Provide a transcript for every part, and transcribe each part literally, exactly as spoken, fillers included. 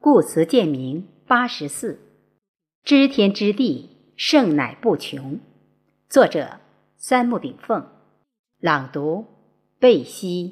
故辞建明八十四，知天知地，圣乃不穷。作者三木炳凤，朗读贝西。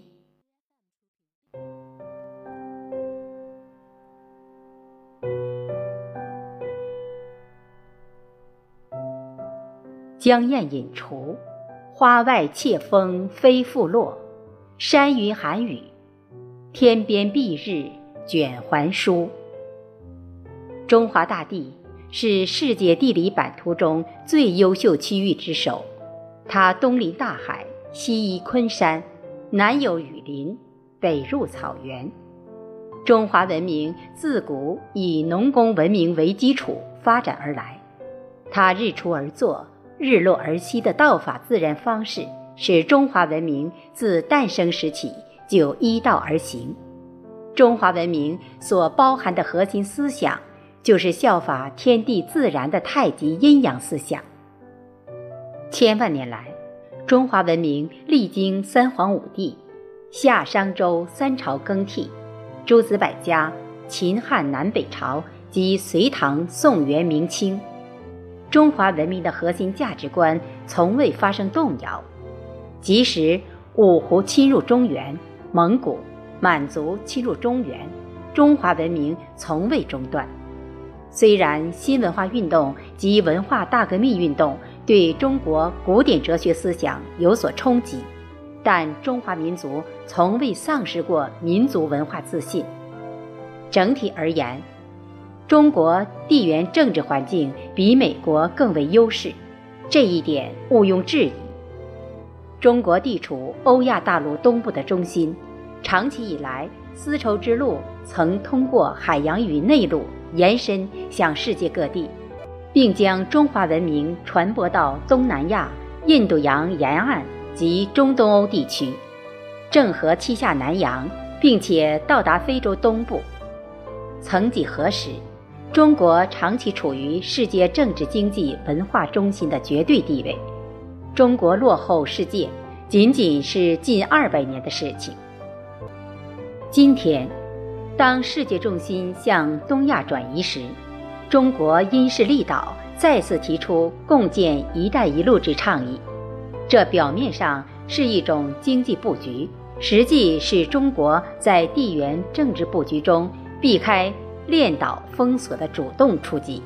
江燕引雏，花外窃风飞复落。山云寒雨，天边蔽日卷还舒。中华大地是世界地理版图中最优秀区域之首，它东临大海，西依昆山，南有雨林，北入草原。中华文明自古以农工文明为基础发展而来，它日出而作，日落而息的道法自然方式，使中华文明自诞生时起就依道而行。中华文明所包含的核心思想，就是效法天地自然的太极阴阳思想。千万年来，中华文明历经三皇五帝、夏商周三朝更替，诸子百家、秦汉南北朝及隋唐宋元明清，中华文明的核心价值观从未发生动摇。即使五胡侵入中原，蒙古、满族侵入中原，中华文明从未中断。虽然新文化运动及文化大革命运动对中国古典哲学思想有所冲击，但中华民族从未丧失过民族文化自信。整体而言，中国地缘政治环境比美国更为优势，这一点毋庸置疑。中国地处欧亚大陆东部的中心，长期以来丝绸之路曾通过海洋与内陆延伸向世界各地，并将中华文明传播到东南亚、印度洋沿岸及中东欧地区，郑和七下南洋，并且到达非洲东部。曾几何时，中国长期处于世界政治经济文化中心的绝对地位，中国落后世界仅仅是近二百年的事情。今天，当世界重心向东亚转移时，中国因势利导，再次提出共建“一带一路”之倡议。这表面上是一种经济布局，实际是中国在地缘政治布局中避开链岛封锁的主动出击。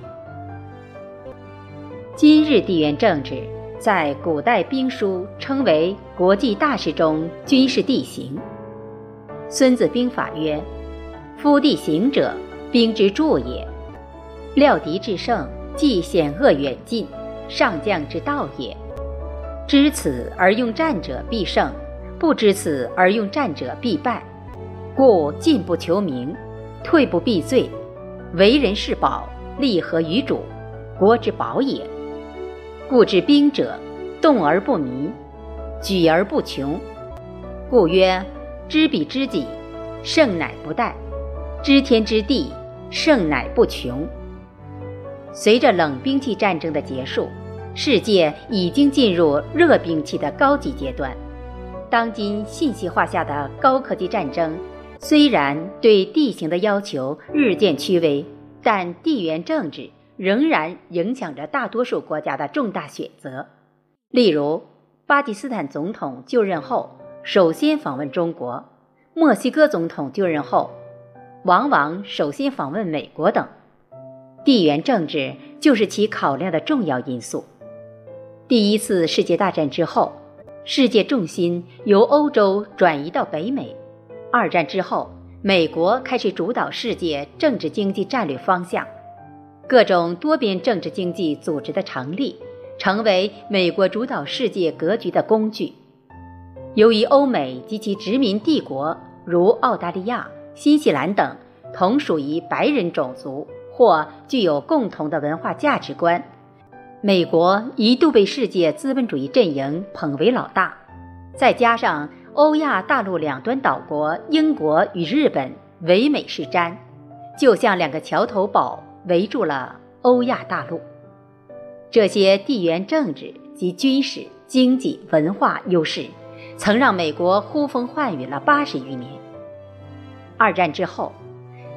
今日地缘政治在古代兵书称为国际大事中军事地形。孙子兵法曰：夫地形者，兵之助也。料敌制胜，即险恶远近，上将之道也。知此而用战者必胜，不知此而用战者必败。故进不求名，退不避罪，为人是宝，利合于主，国之宝也。故知兵者，动而不迷，举而不穷。故曰：知彼知己，胜乃不殆；知天知地，胜乃不穷。随着冷兵器战争的结束，世界已经进入热兵器的高级阶段。当今信息化下的高科技战争，虽然对地形的要求日渐趋微，但地缘政治仍然影响着大多数国家的重大选择。例如，巴基斯坦总统就任后首先访问中国，墨西哥总统就任后往往首先访问美国等。地缘政治就是其考量的重要因素。第一次世界大战之后，世界重心由欧洲转移到北美。二战之后，美国开始主导世界政治经济战略方向，各种多边政治经济组织的成立，成为美国主导世界格局的工具。由于欧美及其殖民帝国如澳大利亚、新西兰等同属于白人种族或具有共同的文化价值观，美国一度被世界资本主义阵营捧为老大。再加上欧亚大陆两端岛国英国与日本唯美是瞻，就像两个桥头堡围住了欧亚大陆。这些地缘政治及军事、经济、文化优势曾让美国呼风唤雨了八十余年。二战之后，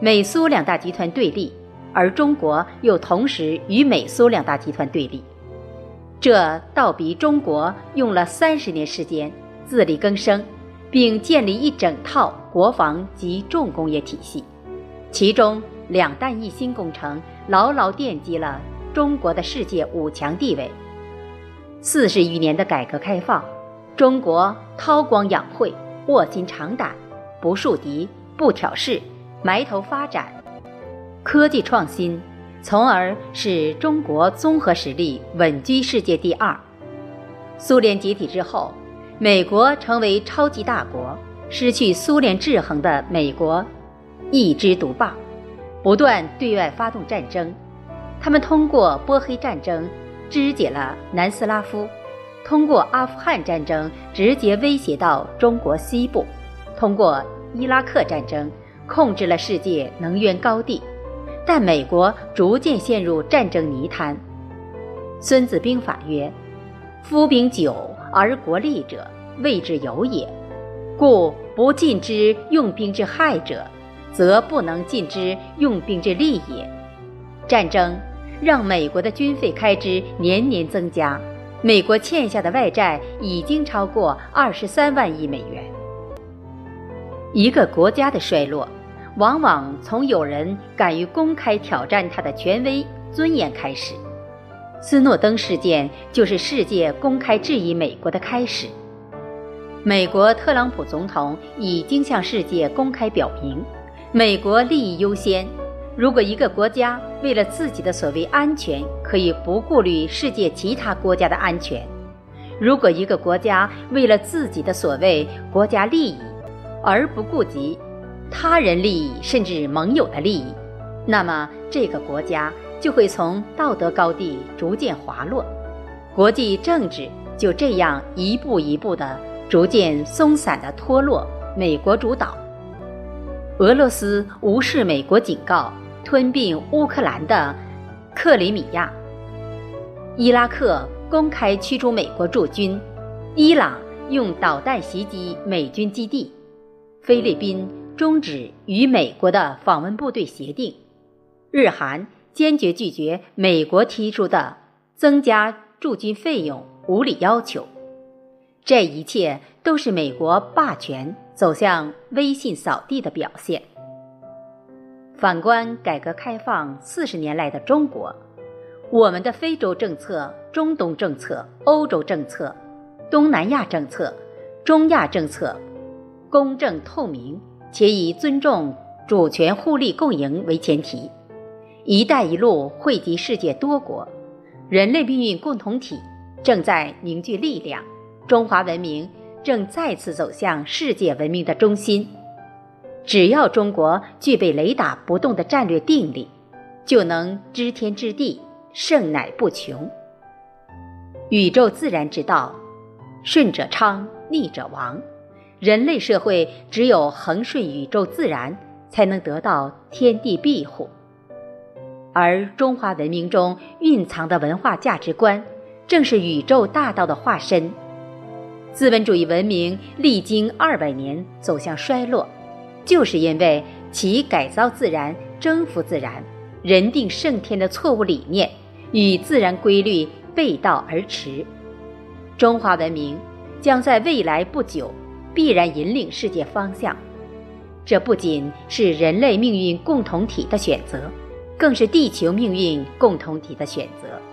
美苏两大集团对立，而中国又同时与美苏两大集团对立。这倒逼中国用了三十年时间自力更生，并建立一整套国防及重工业体系，其中两弹一星工程牢牢奠基了中国的世界五强地位。四十余年的改革开放，中国韬光养晦，卧薪尝胆，不树敌，不挑事，埋头发展科技创新，从而使中国综合实力稳居世界第二。苏联解体之后，美国成为超级大国，失去苏联制衡的美国一枝独霸，不断对外发动战争。他们通过波黑战争肢解了南斯拉夫，通过阿富汗战争直接威胁到中国西部，通过伊拉克战争控制了世界能源高地。但美国逐渐陷入战争泥潭。孙子兵法曰：夫兵久而国利者，谓之有也。故不尽之用兵之害者，则不能尽之用兵之利也。战争让美国的军费开支年年增加，美国欠下的外债已经超过二十三万亿美元。一个国家的衰落，往往从有人敢于公开挑战他的权威尊严开始。斯诺登事件就是世界公开质疑美国的开始。美国特朗普总统已经向世界公开表明，美国利益优先。如果一个国家为了自己的所谓安全，可以不顾虑世界其他国家的安全；如果一个国家为了自己的所谓国家利益，而不顾及他人利益甚至盟友的利益，那么这个国家就会从道德高地逐渐滑落，国际政治就这样一步一步地逐渐松散地脱落美国主导。俄罗斯无视美国警告，吞并乌克兰的克里米亚；伊拉克公开驱逐美国驻军；伊朗用导弹袭击美军基地；菲律宾终止与美国的访问部队协定；日韩坚决拒绝美国提出的增加驻军费用无理要求。这一切都是美国霸权走向威信扫地的表现。反观改革开放四十年来的中国，我们的非洲政策、中东政策、欧洲政策、东南亚政策、中亚政策公正透明，且以尊重主权互利共赢为前提。一带一路惠及世界多国，人类命运共同体正在凝聚力量，中华文明正再次走向世界文明的中心。只要中国具备雷打不动的战略定力，就能知天知地，胜乃不穷。宇宙自然之道，顺者昌，逆者亡。人类社会只有恒顺宇宙自然，才能得到天地庇护。而中华文明中蕴藏的文化价值观，正是宇宙大道的化身。资本主义文明历经二百年走向衰落，就是因为其改造自然、征服自然、人定胜天的错误理念与自然规律背道而驰。中华文明将在未来不久必然引领世界方向，这不仅是人类命运共同体的选择，更是地球命运共同体的选择。